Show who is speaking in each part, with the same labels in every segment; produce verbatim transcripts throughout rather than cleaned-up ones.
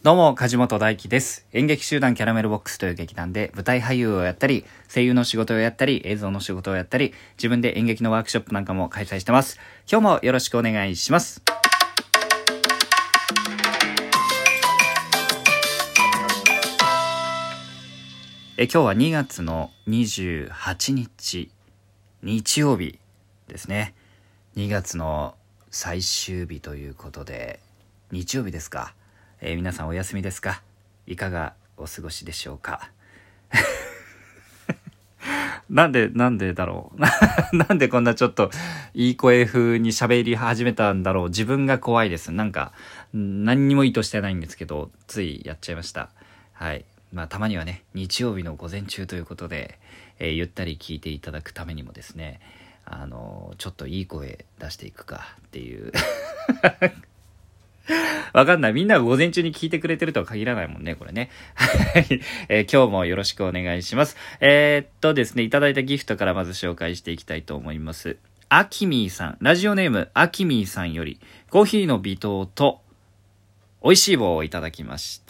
Speaker 1: どうも、梶本大輝です。演劇集団キャラメルボックスという劇団で舞台俳優をやったり、声優の仕事をやったり、映像の仕事をやったり、自分で演劇のワークショップなんかも開催してます。今日もよろしくお願いします。え今日はにがつのにじゅうはちにち、日曜日ですね。にがつの最終日ということで、日曜日ですか。えー、皆さんお休みですか？いかがお過ごしでしょうか？なんでなんでだろうなんでこんなちょっといい声風に喋り始めたんだろう。自分が怖いです。なんか何にも意図してないんですけど、ついやっちゃいました。はい。まあたまにはね、日曜日の午前中ということで、えー、ゆったり聞いていただくためにもですね、あのー、ちょっといい声出していくかっていうわかんない。みんなが午前中に聞いてくれてるとは限らないもんね、これね。はい、えー。今日もよろしくお願いします。えー、っとですね、いただいたギフトからまず紹介していきたいと思います。アキミーさん、ラジオネームアキミーさんより、コーヒーの微糖と、美味しい棒をいただきました。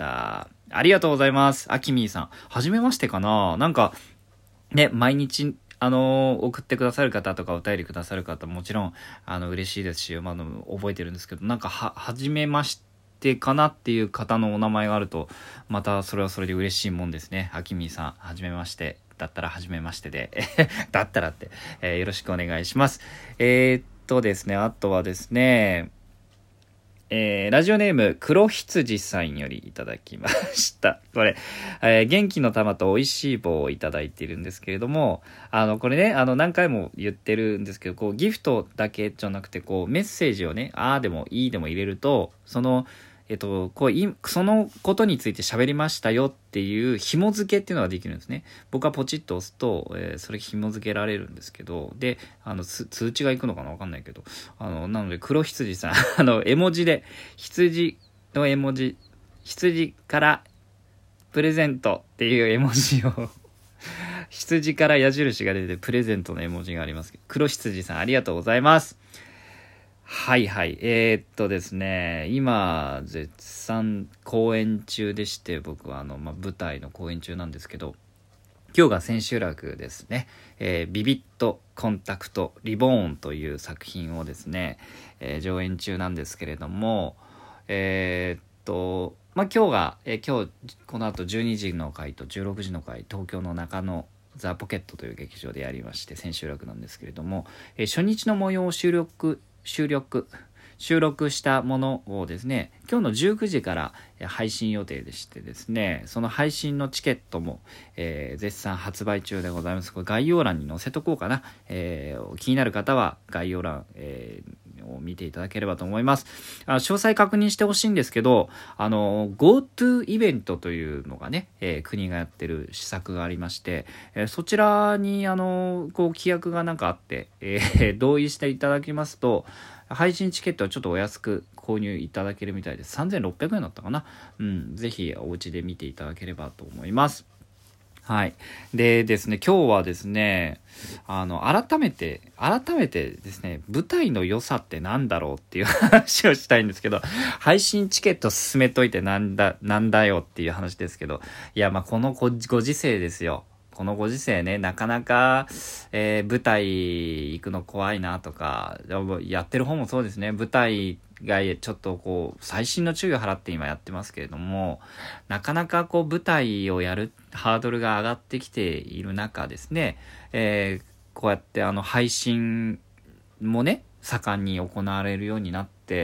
Speaker 1: ありがとうございます。アキミーさん。はじめましてかな？なんか、ね、毎日、あのー、送ってくださる方とかお便りくださる方もちろんあの嬉しいですし、まあ、覚えてるんですけど、なんかは初めましてかなっていう方のお名前があるとまたそれはそれで嬉しいもんですね。あきみさん、はじめましてだったらはじめましてでだったらって、えー、よろしくお願いします。えー、っとですねあとはですねえー、ラジオネーム黒羊さんよりいただきました。これ、えー、元気の玉と美味しい棒をいただいているんですけれども、あのこれね、あの何回も言ってるんですけど、こうギフトだけじゃなくてこうメッセージをね、あーでもいいでも入れると、そのえっと、こういそのことについて喋りましたよっていう紐付けっていうのができるんですね。僕はポチッと押すと、えー、それ紐付けられるんですけど、で、あの通知がいくのかなわかんないけど、あのなので黒羊さんあの絵文字で羊の絵文字、羊からプレゼントっていう絵文字を羊から矢印が出てプレゼントの絵文字がありますけど、黒羊さんありがとうございます。はいはい。えー、っとですね、今、絶賛公演中でして、僕はあの、まあ、舞台の公演中なんですけど、今日が千秋楽ですね。えー、ビビットコンタクトリボーンという作品をですね、えー、上演中なんですけれども、えー、っと、まあ、今日が、えー、今日、この後じゅうにじの回とじゅうろくじの回、東京の中野ザ・ポケットという劇場でやりまして、千秋楽なんですけれども、えー、初日の模様を収録収録収録したものをですね、今日のじゅうくじから配信予定でしてですね、その配信のチケットも、えー、絶賛発売中でございます。これ概要欄に載せとこうかな。えー、気になる方は概要欄、えー、を見ていただければと思います。あ、詳細確認してほしいんですけど、あの GoTo イベントというのがね、えー、国がやってる施策がありまして、えー、そちらにあのこう規約がなんかあって、えー、同意していただきますと、配信チケットはちょっとお安く購入いただけるみたいです。さんぜんろっぴゃくえんだったかな。うん、ぜひお家で見ていただければと思います。はい。でですね、今日はですね、あの、改めて、改めてですね、舞台の良さってなんだろうっていう話をしたいんですけど、配信チケット進めといてなんだ、なんだよっていう話ですけど、いや、まあ、このご時世ですよ。このご時世ね、なかなか、えー、舞台行くの怖いなとか、やってる方もそうですね、舞台がちょっとこう、細心の注意を払って今やってますけれども、なかなかこう、舞台をやるハードルが上がってきている中ですね、えー、こうやってあの、配信もね、盛んに行われるようになって、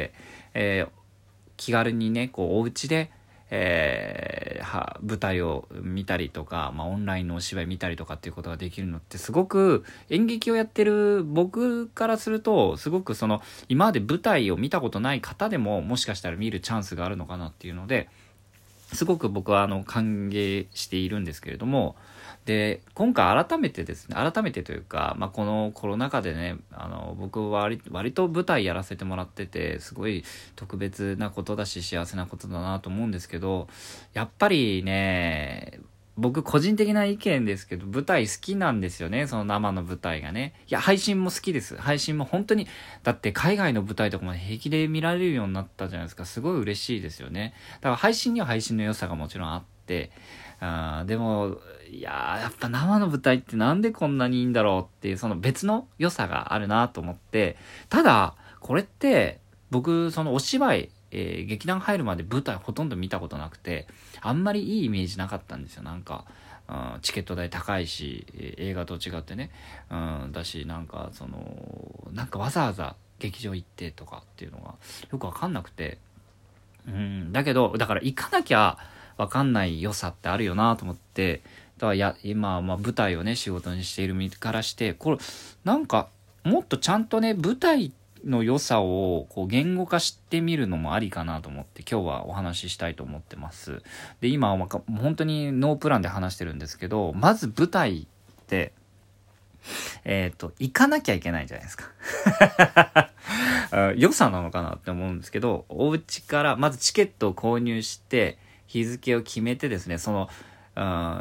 Speaker 1: えー、気軽にね、こう、お家で、えー、は舞台を見たりとか、まあ、オンラインのお芝居見たりとかっていうことができるのってすごく演劇をやってる僕からするとすごくその今まで舞台を見たことない方でももしかしたら見るチャンスがあるのかなっていうのですごく僕はあの歓迎しているんですけれども、で今回改めてですね改めてというか、まあ、このコロナ禍でねあの僕は割、割と舞台やらせてもらっててすごい特別なことだし幸せなことだなと思うんですけど、やっぱりね僕個人的な意見ですけど、舞台好きなんですよね。その生の舞台がね。いや、配信も好きです。配信も本当に、だって海外の舞台とかも平気で見られるようになったじゃないですか。すごい嬉しいですよね。だから配信には配信の良さがもちろんあって、あでも、いやー、やっぱ生の舞台ってなんでこんなにいいんだろうっていう、その別の良さがあるなと思って、ただ、これって、僕、そのお芝居、えー、劇団入るまで舞台ほとんど見たことなくて、あんまりいいイメージなかったんですよ。なんか、うん、チケット代高いし、映画と違ってね、うん、だし、なんかそのなんかわざわざ劇場行ってとかっていうのがよくわかんなくて、うん、だけどだから行かなきゃわかんない良さってあるよなと思って、だからや今、まあ、舞台をね仕事にしている身からして、これなんかもっとちゃんとね舞台の良さをこう言語化してみるのもありかなと思って今日はお話ししたいと思ってます。で今は本当にノープランで話してるんですけど、まず舞台ってえっと行かなきゃいけないじゃないですか良さなのかなって思うんですけど、お家からまずチケットを購入して日付を決めてですね、そのうん、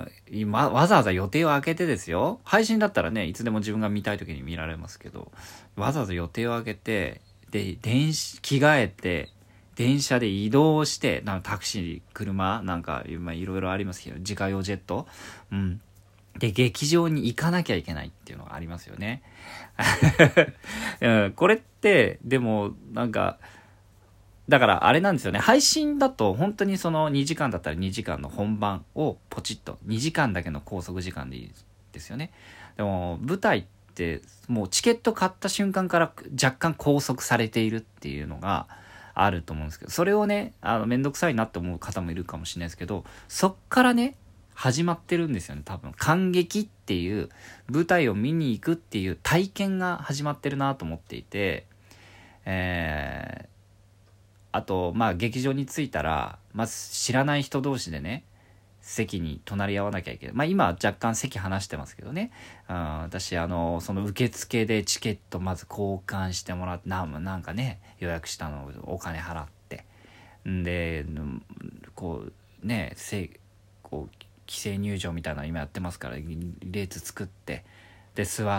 Speaker 1: 今わざわざ予定を空けてですよ。配信だったらねいつでも自分が見たい時に見られますけど、わざわざ予定を空けて、で電子着替えて電車で移動して、なんかタクシー車なんか今いろいろありますけど、自家用ジェット、うんで劇場に行かなきゃいけないっていうのがありますよね、うん、これってでもなんかだからあれなんですよね。配信だと本当にそのにじかんだったらにじかんの本番をポチッとにじかんだけの拘束時間でいいですよね。でも舞台ってもうチケット買った瞬間から若干拘束されているっていうのがあると思うんですけど、それをねあのめんどくさいなって思う方もいるかもしれないですけど、そっからね始まってるんですよね。多分観劇っていう舞台を見に行くっていう体験が始まってるなと思っていて、えーあとまあ劇場に着いたらまず知らない人同士でね席に隣り合わなきゃいけない。まあ今は若干席離してますけどね、うん、私あのその受付でチケットまず交換してもらって、なんなんかね予約したのをお金払ってんでこうねせこう規制入場みたいなの今やってますから列作ってで座って、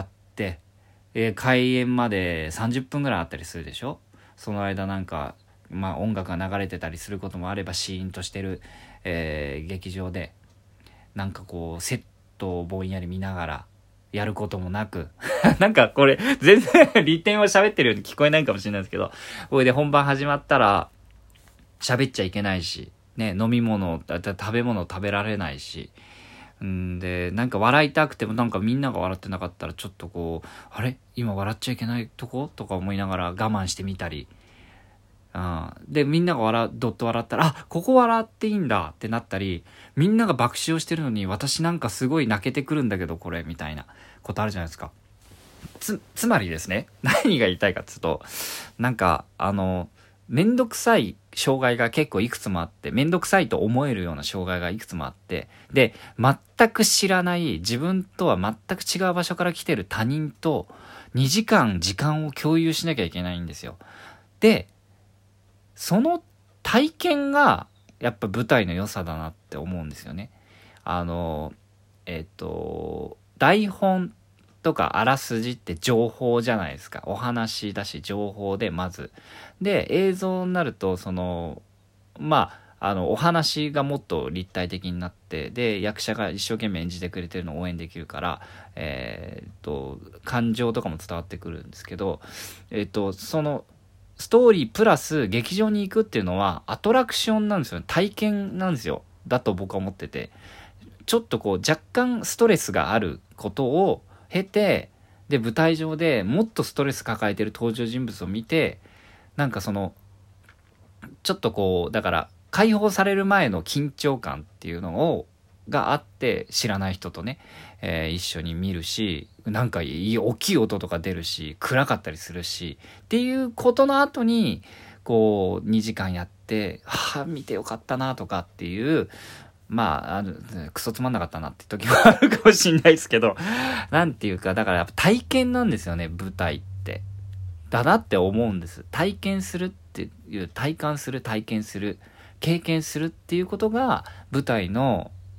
Speaker 1: えー、開演までさんじゅっぷんぐらいあったりするでしょ。その間なんかまあ音楽が流れてたりすることもあればシーンとしてる、えー、劇場でなんかこうセットをぼんやり見ながらやることもなくなんかこれ全然利点を喋ってるように聞こえないかもしれないですけど、これで本番始まったら喋っちゃいけないしね、飲み物食べ物食べられないし、んでなんか笑いたくてもなんかみんなが笑ってなかったらちょっとこうあれ今笑っちゃいけないとことか思いながら我慢してみたり、うん、でみんなが笑どっと笑ったらあここ笑っていいんだってなったり、みんなが爆笑してるのに私なんかすごい泣けてくるんだけどこれみたいなことあるじゃないですか。つつまりですね、何が言いたいかっつうと、なんかあのめんどくさい障害が結構いくつもあって、めんどくさいと思えるような障害がいくつもあって、で全く知らない自分とは全く違う場所から来てる他人とにじかん時間を共有しなきゃいけないんですよ。でその体験がやっぱ舞台の良さだなって思うんですよね。あのえっと台本とかあらすじって情報じゃないですか。お話だし情報でまずで映像になるとそのまああのお話がもっと立体的になって、で役者が一生懸命演じてくれてるのを応援できるから、えー、っと感情とかも伝わってくるんですけど、えー、っとそのストーリープラス劇場に行くっていうのはアトラクションなんですよね。体験なんですよ。だと僕は思ってて、ちょっとこう若干ストレスがあることを経て、で舞台上でもっとストレス抱えてる登場人物を見て、なんかそのちょっとこうだから解放される前の緊張感っていうのをがあって、知らない人とね、えー、一緒に見るし、なんかいい大きい音とか出るし暗かったりするしっていうことの後にこうにじかんやってはあ見てよかったなとかっていう、まあ、あのクソつまんなかったなって時もあるかもしれないですけど、なんていうかだからやっぱ体験なんですよね、舞台ってだなって思うんです。体験するっていう体感する体験する経験するっていうことが舞台の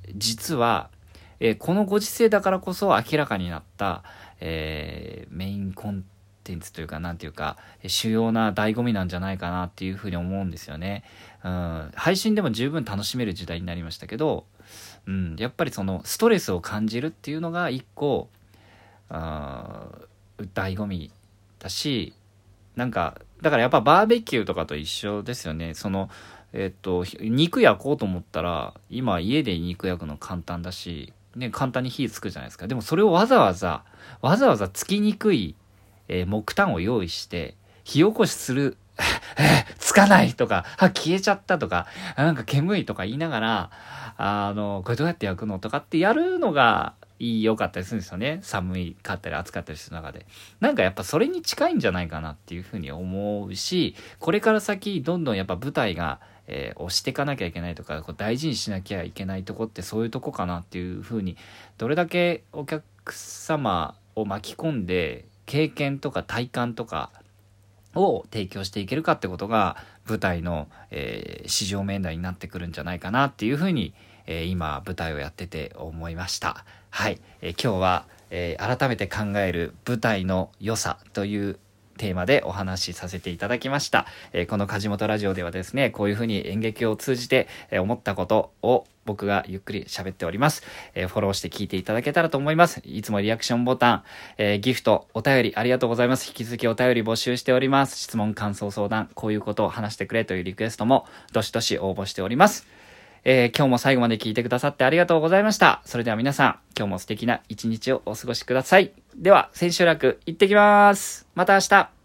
Speaker 1: 実は、えー、このご時世だからこそ明らかになった、えー、メインコンテンツというか、なんていうか、主要な醍醐味なんじゃないかなっていうふうに思うんですよね。うん、配信でも十分楽しめる時代になりましたけど、うん、やっぱりそのストレスを感じるっていうのが一個、あ醍醐味だし、なんかだからやっぱバーベキューとかと一緒ですよね。そのえっと肉焼こうと思ったら今家で肉焼くの簡単だし、ね、簡単に火つくじゃないですか。でもそれをわざわざわざわざつきにくい、えー、木炭を用意して火起こしするつかないとか、あ、消えちゃったとか、なんか煙いとか言いながら、あの、これどうやって焼くのとかってやるのがいい良かったりするんですよね。寒いかったり暑かったりする中で。なんかやっぱそれに近いんじゃないかなっていうふうに思うし、これから先どんどんやっぱ舞台が、えー、押していかなきゃいけないとか、こう大事にしなきゃいけないとこってそういうとこかなっていうふうに、どれだけお客様を巻き込んで、経験とか体感とか、を提供していけるかってことが舞台の、えー、市場面談になってくるんじゃないかなっていうふうに、えー、今舞台をやってて思いました。はい、えー、今日は、えー、改めて考える舞台の良さというテーマでお話しさせていただきました。えー、この梶本ラジオではですね、こういうふうに演劇を通じて、えー、思ったことを僕がゆっくり喋っております。えー、フォローして聞いていただけたらと思います。いつもリアクションボタン、えー、ギフト、お便りありがとうございます。引き続きお便り募集しております。質問、感想、相談、こういうことを話してくれというリクエストもどしどし応募しております。えー、今日も最後まで聞いてくださってありがとうございました。それでは皆さん、今日も素敵な一日をお過ごしください。では、千秋楽行ってきます。また明日。